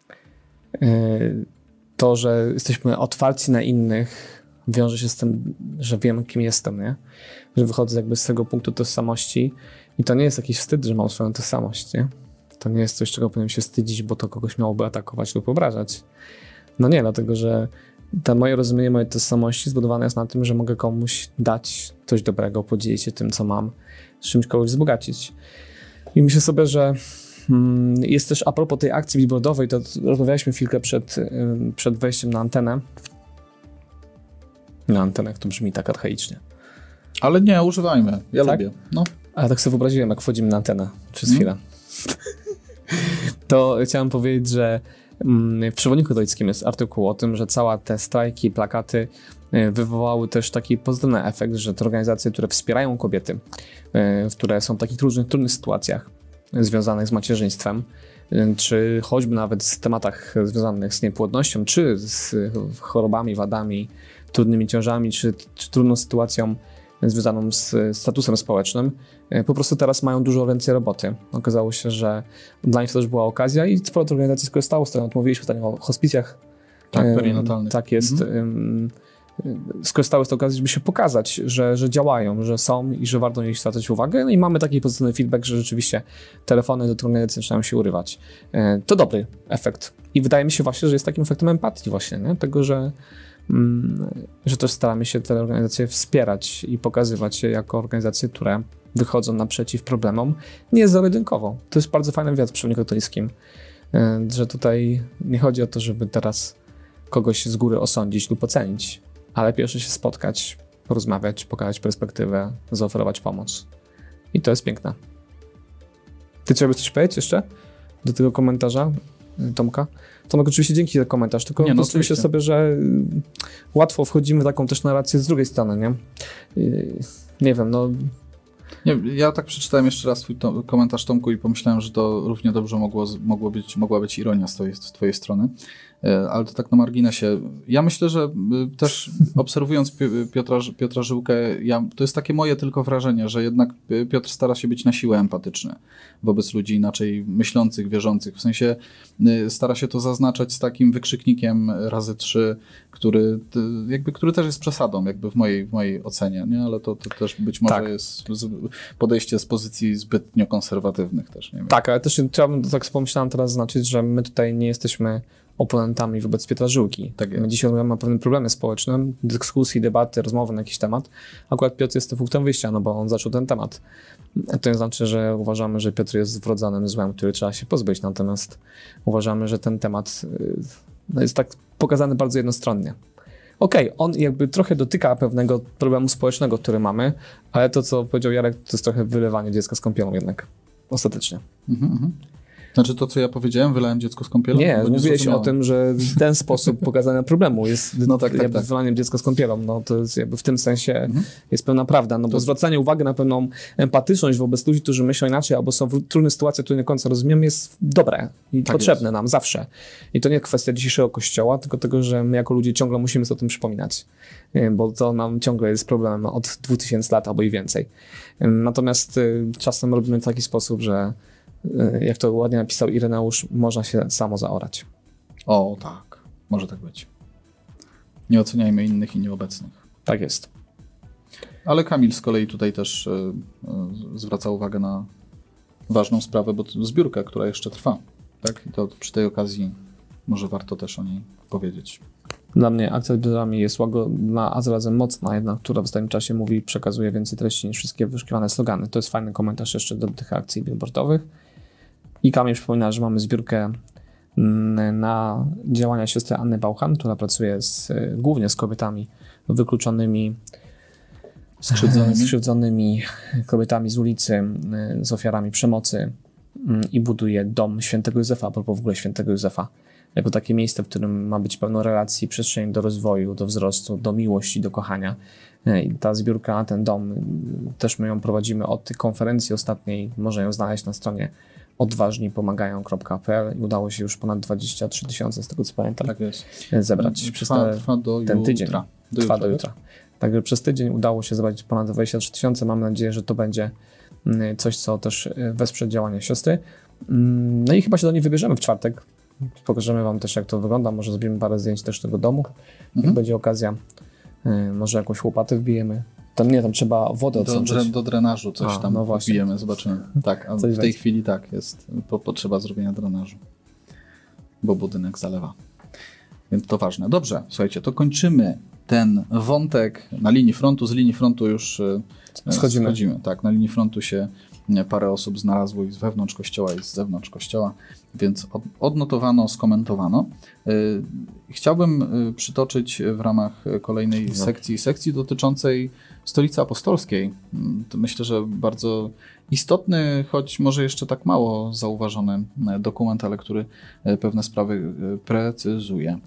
to, że jesteśmy otwarci na innych, wiąże się z tym, że wiem, kim jestem, nie? Że wychodzę jakby z tego punktu tożsamości i to nie jest jakiś wstyd, że mam swoją tożsamość, nie? To nie jest coś, czego powinienem się wstydzić, bo to kogoś miałoby atakować lub obrażać. No nie, dlatego że to moje rozumienie mojej tożsamości zbudowane jest na tym, że mogę komuś dać coś dobrego, podzielić się tym, co mam, z czymś kogoś wzbogacić. I myślę sobie, że jest też a propos tej akcji billboardowej, to rozmawialiśmy chwilkę przed wejściem na antenę. Na antenach to brzmi tak archaicznie. Ale nie, używajmy. Ja tak? lubię. No. Ale tak sobie wyobraziłem, jak wchodzimy na antenę przez chwilę. To chciałem powiedzieć, że w Przewodniku Katolickim jest artykuł o tym, że całe te strajki, plakaty wywołały też taki pozytywny efekt, że te organizacje, które wspierają kobiety, które są w takich różnych trudnych sytuacjach związanych z macierzyństwem, czy choćby nawet z tematach związanych z niepłodnością, czy z chorobami, wadami, trudnymi ciążami, czy trudną sytuacją związaną z statusem społecznym, po prostu teraz mają dużo więcej roboty. Okazało się, że dla nich to też była okazja i sporo organizacji skorzystało z tego. Mówiliśmy tutaj o hospicjach. Tak, perinatalnych. Tak jest. Skorzystały z tej okazji, żeby się pokazać, że działają, że są i że warto na nich zwracać uwagę. No i mamy taki pozytywny feedback, że rzeczywiście telefony do tych organizacji zaczynają się urywać. To dobry efekt. I wydaje mi się właśnie, że jest takim efektem empatii właśnie, nie? Tego, że też staramy się te organizacje wspierać i pokazywać je jako organizacje, które wychodzą naprzeciw problemom, nie zero-jedynkowo. To jest bardzo fajny wywiad z przewodnikiem katolickim, że tutaj nie chodzi o to, żeby teraz kogoś z góry osądzić lub ocenić, ale pierwsze się spotkać, porozmawiać, pokazać perspektywę, zaoferować pomoc. I to jest piękne. Ty chciałbyś coś powiedzieć jeszcze do tego komentarza Tomka? Tomek, oczywiście dzięki za komentarz, tylko myślę sobie, że łatwo wchodzimy w taką też narrację z drugiej strony, nie? Nie wiem, no... Nie, ja tak przeczytałem jeszcze raz twój komentarz, Tomku, i pomyślałem, że to równie dobrze mogła być ironia z twojej strony, ale to tak na marginesie. Ja myślę, że też obserwując Piotra Żyłkę, to jest takie moje tylko wrażenie, że jednak Piotr stara się być na siłę empatyczny wobec ludzi inaczej myślących, wierzących. W sensie stara się to zaznaczać z takim wykrzyknikiem razy 3, który też jest przesadą jakby w mojej ocenie, nie? Ale to też być może jest podejście z pozycji zbytnio konserwatywnych też. Nie wiem. Tak, ale też chciałbym, tak pomyślałem teraz zaznaczyć, że my tutaj nie jesteśmy oponentami wobec Piotra Żyłki. Tak, my dzisiaj mamy pewne problemy społeczne, dyskusji, debaty, rozmowy na jakiś temat. Akurat Piotr jest punktem wyjścia, no bo on zaczął ten temat. To nie znaczy, że uważamy, że Piotr jest wrodzonym złem, który trzeba się pozbyć, natomiast uważamy, że ten temat jest tak pokazany bardzo jednostronnie. Okej, on jakby trochę dotyka pewnego problemu społecznego, który mamy, ale to, co powiedział Jarek, to jest trochę wylewanie dziecka z kąpielą jednak. Ostatecznie. Znaczy to, co ja powiedziałem, wylałem dziecko z kąpielą? Nie, mówiłeś o tym, że w ten sposób pokazania problemu jest wylaniem dziecka z kąpielą. No, to jest jakby w tym sensie jest pełna prawda, no bo zwracanie uwagi na pewną empatyczność wobec ludzi, którzy myślą inaczej albo są w trudnej sytuacji, której nie do końca rozumiemy, jest dobre i potrzebne nam zawsze. I to nie kwestia dzisiejszego Kościoła, tylko tego, że my jako ludzie ciągle musimy sobie o tym przypominać, bo to nam ciągle jest problemem od 2000 lat albo i więcej. Natomiast czasem robimy w taki sposób, że jak to ładnie napisał Ireneusz, można się samo zaorać. O, tak. Może tak być. Nie oceniajmy innych i nieobecnych. Tak jest. Ale Kamil z kolei tutaj też zwraca uwagę na ważną sprawę, bo to zbiórka, która jeszcze trwa. Tak? I to przy tej okazji może warto też o niej powiedzieć. Dla mnie akcja z billboardami jest łagodna, a zarazem mocna, jednak która w ostatnim czasie mówi i przekazuje więcej treści niż wszystkie wyszukiwane slogany. To jest fajny komentarz jeszcze do tych akcji billboardowych. I Kamil przypomina, że mamy zbiórkę na działania siostry Anny Bauchan, która pracuje głównie z kobietami wykluczonymi, skrzywdzonymi kobietami z ulicy, z ofiarami przemocy i buduje dom Świętego Józefa, a propos w ogóle Świętego Józefa, jako takie miejsce, w którym ma być pełno relacji, przestrzeń do rozwoju, do wzrostu, do miłości, do kochania. I ta zbiórka, ten dom, też my ją prowadzimy od tej konferencji ostatniej, można ją znaleźć na stronie odważnipomagają.pl i udało się już ponad 23 000, z tego co pamiętam, zebrać przez ten tydzień. Trwa do jutra. Także przez tydzień udało się zebrać ponad 23 000. Mam nadzieję, że to będzie coś, co też wesprze działania siostry. No i chyba się do niej wybierzemy w czwartek. Pokażemy wam też, jak to wygląda. Może zrobimy parę zdjęć też tego domu. Jak będzie okazja, może jakąś łopatę wbijemy. Tam trzeba wodę odsączyć. Do drenażu coś tam wbijemy, zobaczymy. Tak, a w tej chwili tak, jest potrzeba zrobienia drenażu, bo budynek zalewa. Więc to ważne. Dobrze, słuchajcie, to kończymy ten wątek na linii frontu. Z linii frontu już schodzimy. Tak, na linii frontu się parę osób znalazło i z wewnątrz kościoła, i z zewnątrz kościoła, więc odnotowano, skomentowano. Chciałbym przytoczyć w ramach kolejnej sekcji dotyczącej Stolicy Apostolskiej. To myślę, że bardzo istotny, choć może jeszcze tak mało zauważony dokument, ale który pewne sprawy precyzuje.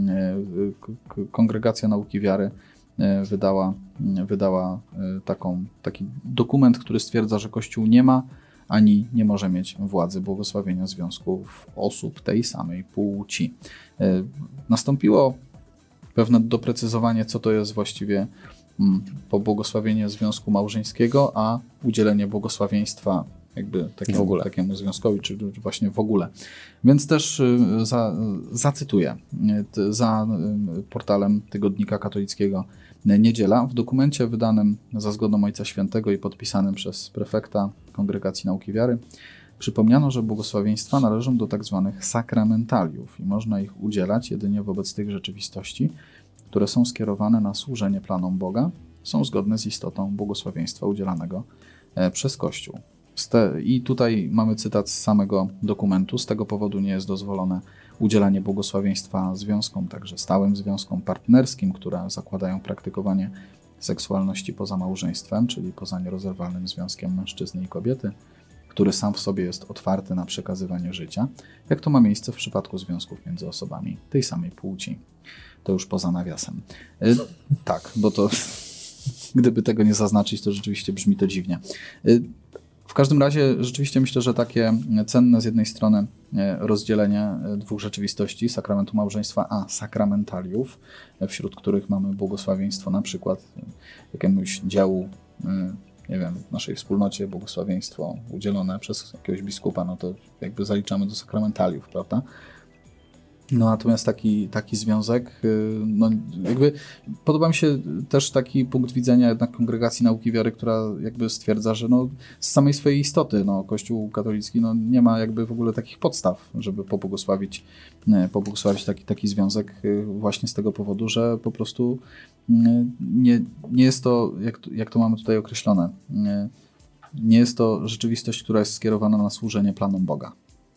Kongregacja Nauki Wiary wydała taki dokument, który stwierdza, że Kościół nie ma ani nie może mieć władzy błogosławienia związków osób tej samej płci. Nastąpiło pewne doprecyzowanie, co to jest właściwie pobłogosławienie związku małżeńskiego, a udzielenie błogosławieństwa jakby takiemu związkowi, czy właśnie w ogóle. Więc też zacytuję za portalem Tygodnika Katolickiego Niedziela. W dokumencie wydanym za zgodą Ojca Świętego i podpisanym przez prefekta Kongregacji Nauki Wiary przypomniano, że błogosławieństwa należą do tak zwanych sakramentaliów i można ich udzielać jedynie wobec tych rzeczywistości, które są skierowane na służenie planom Boga, są zgodne z istotą błogosławieństwa udzielanego przez Kościół. I tutaj mamy cytat z samego dokumentu. Z tego powodu nie jest dozwolone udzielanie błogosławieństwa związkom, także stałym związkom partnerskim, które zakładają praktykowanie seksualności poza małżeństwem, czyli poza nierozerwalnym związkiem mężczyzny i kobiety, który sam w sobie jest otwarty na przekazywanie życia, jak to ma miejsce w przypadku związków między osobami tej samej płci. To już poza nawiasem. Tak, bo to gdyby tego nie zaznaczyć, to rzeczywiście brzmi to dziwnie. W każdym razie rzeczywiście myślę, że takie cenne z jednej strony rozdzielenie dwóch rzeczywistości, sakramentu małżeństwa a sakramentaliów, wśród których mamy błogosławieństwo na przykład jakiemuś działu, nie wiem, w naszej wspólnocie błogosławieństwo udzielone przez jakiegoś biskupa, no to jakby zaliczamy do sakramentaliów, prawda? No natomiast taki związek, no jakby podoba mi się też taki punkt widzenia jednak Kongregacji Nauki Wiary, która jakby stwierdza, że no z samej swojej istoty no Kościół katolicki no nie ma jakby w ogóle takich podstaw, żeby pobłogosławić taki związek właśnie z tego powodu, że po prostu nie jest to, jak to mamy tutaj określone, nie jest to rzeczywistość, która jest skierowana na służenie planom Boga.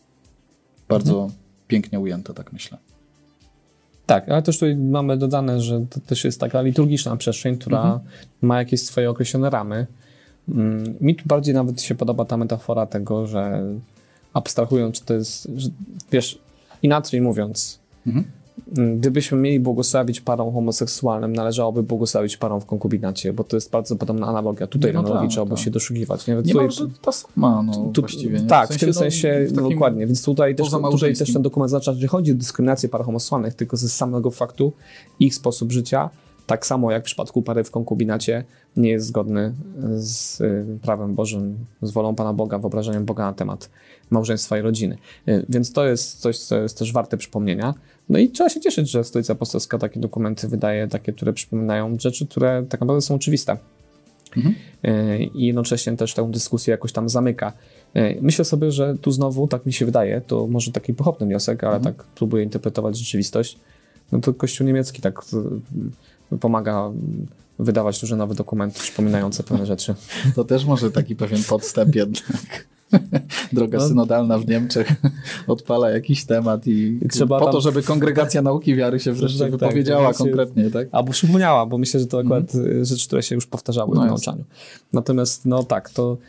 Bardzo pięknie ujęte, tak myślę. Tak, ale też tutaj mamy dodane, że to też jest taka liturgiczna przestrzeń, która ma jakieś swoje określone ramy. Mi tu bardziej nawet się podoba ta metafora tego, że abstrahując, to jest, że, wiesz, inaczej mówiąc, gdybyśmy mieli błogosławić parom homoseksualnym, należałoby błogosławić parom w konkubinacie, bo to jest bardzo podobna analogia. Tutaj analogii trzeba by się doszukiwać. Nie ma, że ta sama, właściwie. Nie? Tak, w tym sensie, dokładnie. Więc tutaj też ten dokument zaznacza, że chodzi o dyskryminację par homoseksualnych, tylko ze samego faktu ich sposób życia, tak samo jak w przypadku pary w konkubinacie, nie jest zgodny z prawem Bożym, z wolą Pana Boga, wyobrażeniem Boga na temat małżeństwa i rodziny. Więc to jest coś, co jest też warte przypomnienia. No i trzeba się cieszyć, że Stolica Apostolska takie dokumenty wydaje, takie, które przypominają rzeczy, które tak naprawdę są oczywiste. I jednocześnie też tę dyskusję jakoś tam zamyka. Myślę sobie, że tu znowu, tak mi się wydaje, to może taki pochopny wniosek, ale tak próbuję interpretować rzeczywistość, no to Kościół niemiecki tak pomaga wydawać różne nowe dokumenty przypominające pewne rzeczy. To też może taki pewien podstęp jednak. Droga synodalna w Niemczech odpala jakiś temat i trzeba po to, żeby Kongregacja Nauki Wiary się wreszcie wypowiedziała konkretnie, tak? Albo przypomniała, bo myślę, że to akurat rzeczy, które się już powtarzały w nauczaniu. Natomiast no tak, to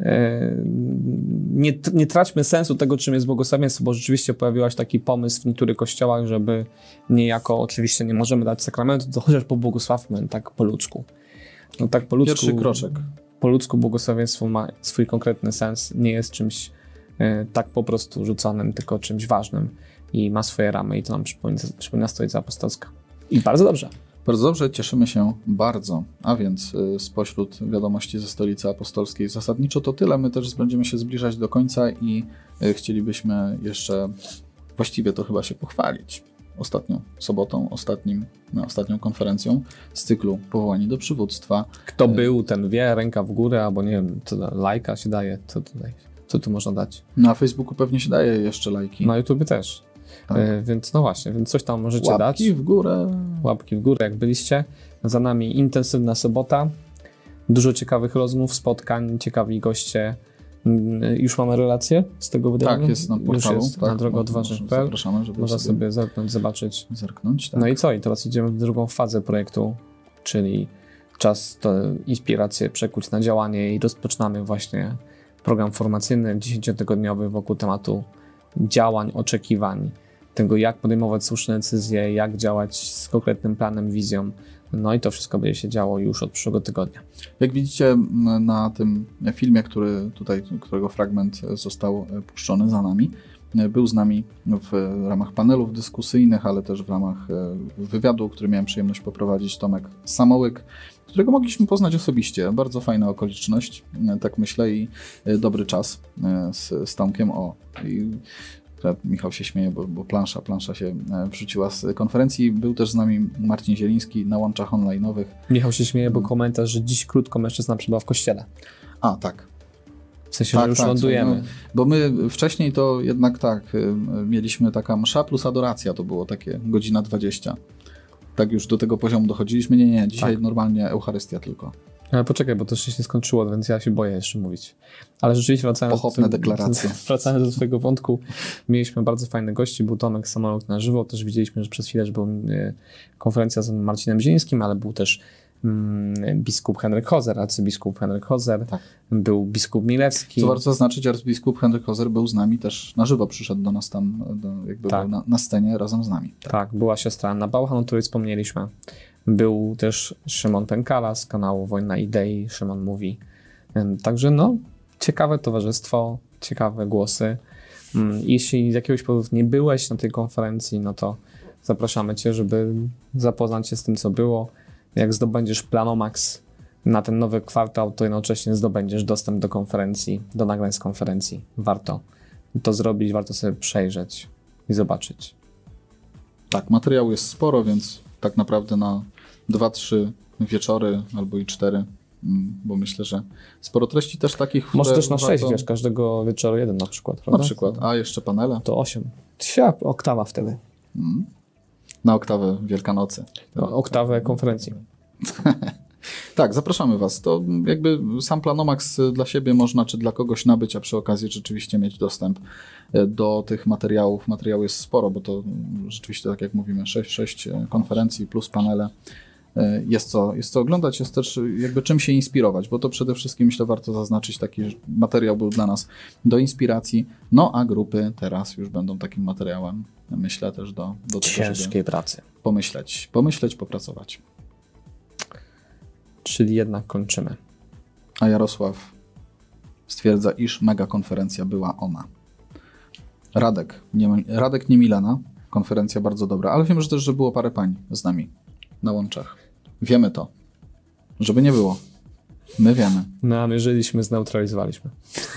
nie traćmy sensu tego, czym jest błogosławieństwo, bo rzeczywiście pojawił się taki pomysł w niektórych kościołach, żeby niejako, oczywiście nie możemy dać sakramentu, to chociaż pobłogosławmy tak po ludzku. No tak po ludzku. Pierwszy kroczek. Po ludzku błogosławieństwo ma swój konkretny sens, nie jest czymś tak po prostu rzucanym, tylko czymś ważnym i ma swoje ramy i to nam przypomina Stolica Apostolska. I bardzo dobrze. Bardzo dobrze, cieszymy się bardzo. A więc spośród wiadomości ze Stolicy Apostolskiej zasadniczo to tyle. My też będziemy się zbliżać do końca i chcielibyśmy jeszcze właściwie to chyba się pochwalić ostatnią sobotą, ostatnią konferencją z cyklu Powołani do przywództwa. Kto był, ten wie, ręka w górę, albo nie wiem, lajka się daje, co tu można dać? Na Facebooku pewnie się daje jeszcze lajki. Na YouTubie też. Tak. Więc no właśnie, więc coś tam możecie dać. Łapki w górę. Łapki w górę, jak byliście. Za nami intensywna sobota. Dużo ciekawych rozmów, spotkań, ciekawi goście. Już mamy relacje z tego wydarzenia? Tak, jest na portalu. Już jest, tak, na drogoodważnych.pl. Zapraszamy, żeby można sobie zerknąć, zobaczyć. Tak. No i co? I teraz idziemy w drugą fazę projektu, czyli czas tę inspirację przekuć na działanie i rozpoczynamy właśnie program formacyjny 10-tygodniowy wokół tematu działań, oczekiwań, tego jak podejmować słuszne decyzje, jak działać z konkretnym planem, wizją, No i to wszystko będzie się działo już od przyszłego tygodnia. Jak widzicie na tym filmie, którego fragment został puszczony za nami, był z nami w ramach panelów dyskusyjnych, ale też w ramach wywiadu, który miałem przyjemność poprowadzić, Tomek Samołyk, którego mogliśmy poznać osobiście. Bardzo fajna okoliczność, tak myślę, i dobry czas z Tomkiem. Michał się śmieje, bo plansza się wrzuciła z konferencji. Był też z nami Marcin Zieliński na łączach online'owych. Michał się śmieje, bo komentarz, że dziś krótko mężczyzna przebywa w kościele. A, tak. W sensie, że już lądujemy. No, bo my wcześniej to jednak mieliśmy taka msza plus adoracja, to było takie godzina 20. Tak już do tego poziomu dochodziliśmy. Nie, dzisiaj normalnie Eucharystia tylko. Ale poczekaj, bo to jeszcze się nie skończyło, więc ja się boję jeszcze mówić. Ale rzeczywiście wracając do swojego wątku, mieliśmy bardzo fajnych gości, był Tomek Samołyk na żywo, też widzieliśmy, że przez chwilę była konferencja z Marcinem Zielińskim, ale był też biskup Henryk Hozer, arcybiskup Henryk Hozer, był biskup Milewski. Co warto zaznaczyć, arcybiskup Henryk Hozer był z nami też na żywo, przyszedł do nas tam, był na scenie razem z nami. Tak, była siostra Anna Bauchan, o której wspomnieliśmy. Był też Szymon Pękala z kanału Wojna Idei, Szymon Mówi. Także ciekawe towarzystwo, ciekawe głosy. Jeśli z jakiegoś powodu nie byłeś na tej konferencji, no to zapraszamy Cię, żeby zapoznać się z tym, co było. Jak zdobędziesz Planomax na ten nowy kwartał, to jednocześnie zdobędziesz dostęp do konferencji, do nagrań z konferencji. Warto to zrobić, warto sobie przejrzeć i zobaczyć. Tak, materiału jest sporo, więc tak naprawdę na 2-3 wieczory albo i 4, bo myślę, że sporo treści też takich. Może też na 6, wiesz, każdego wieczoru jeden na przykład, prawda? Na przykład, a jeszcze panele. To 8. Oktawa wtedy. Na oktawę Wielkanocy. Oktawę konferencji. Tak, zapraszamy Was. To jakby sam Planomax dla siebie można, czy dla kogoś nabyć, a przy okazji rzeczywiście mieć dostęp do tych materiałów. Materiału jest sporo, bo to rzeczywiście, tak jak mówimy, 6 konferencji plus panele. Jest co oglądać, jest też jakby czym się inspirować, bo to przede wszystkim, myślę, warto zaznaczyć, taki materiał był dla nas do inspiracji, a grupy teraz już będą takim materiałem, myślę, też do ciężkiej pracy. Pomyśleć, popracować. Czyli jednak kończymy. A Jarosław stwierdza, iż mega konferencja była ona. Radek nie Milena, konferencja bardzo dobra, ale wiem, że też, że było parę pań z nami na łączach. Wiemy to. Żeby nie było. My wiemy. A my żyliśmy, zneutralizowaliśmy.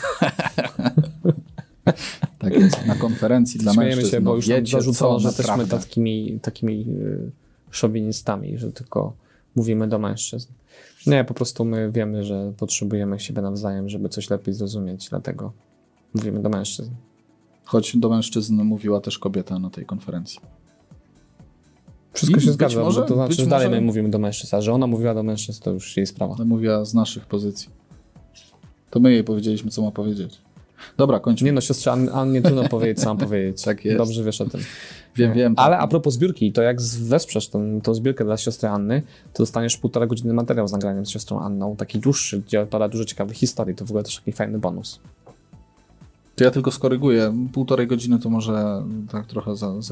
Tak jest. Na konferencji dla mężczyzn. Śmiejemy się, bo już nam zarzucono, że jesteśmy takimi szowinistami, że tylko mówimy do mężczyzn. Nie, po prostu my wiemy, że potrzebujemy siebie nawzajem, żeby coś lepiej zrozumieć, dlatego mówimy do mężczyzn. Choć do mężczyzn mówiła też kobieta na tej konferencji. Wszystko się zgadza, bo to znaczy, że dalej my mówimy do mężczyzn, a że ona mówiła do mężczyzn, to już jej sprawa. Ona mówiła z naszych pozycji. To my jej powiedzieliśmy, co ma powiedzieć. Dobra, kończmy. Nie siostrze Annie trudno powiedzieć, co mam powiedzieć. Tak jest. Dobrze wiesz o tym. Wiem. Ale a propos zbiórki, to jak wesprzesz tą zbiórkę dla siostry Anny, to dostaniesz 1,5 godziny materiał z nagraniem z siostrą Anną, taki dłuższy, gdzie pada dużo ciekawych historii. To w ogóle też taki fajny bonus. To ja tylko skoryguję. 1,5 godziny to może tak trochę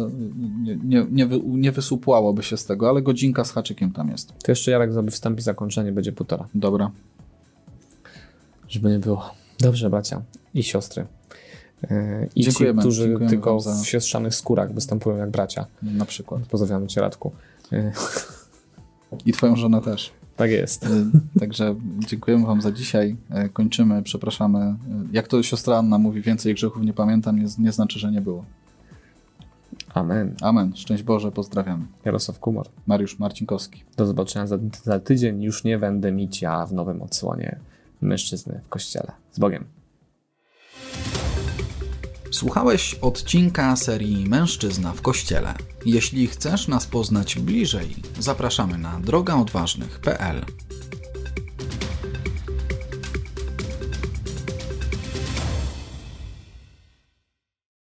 nie wysupłałoby się z tego, ale godzinka z haczykiem tam jest. To jeszcze Jarek zrobi wstęp i zakończenie, będzie 1,5. Dobra. Żeby nie było. Dobrze, bracia i siostry. I dziękujemy, ci, którzy dziękujemy tylko w siostrzanych skórach występują jak bracia. Na przykład. Pozdrawiamy Cię, Radku. I Twoją żonę też. Tak jest. Także dziękujemy Wam za dzisiaj. Kończymy, przepraszamy. Jak to siostra Anna mówi, więcej grzechów nie pamiętam, nie znaczy, że nie było. Amen. Amen. Szczęść Boże, pozdrawiamy. Jarosław Kumor. Mariusz Marcinkowski. Do zobaczenia za tydzień. Już nie będę micia w nowym odsłonie Mężczyzny w Kościele. Z Bogiem. Słuchałeś odcinka serii Mężczyzna w Kościele. Jeśli chcesz nas poznać bliżej, zapraszamy na drogaodważnych.pl.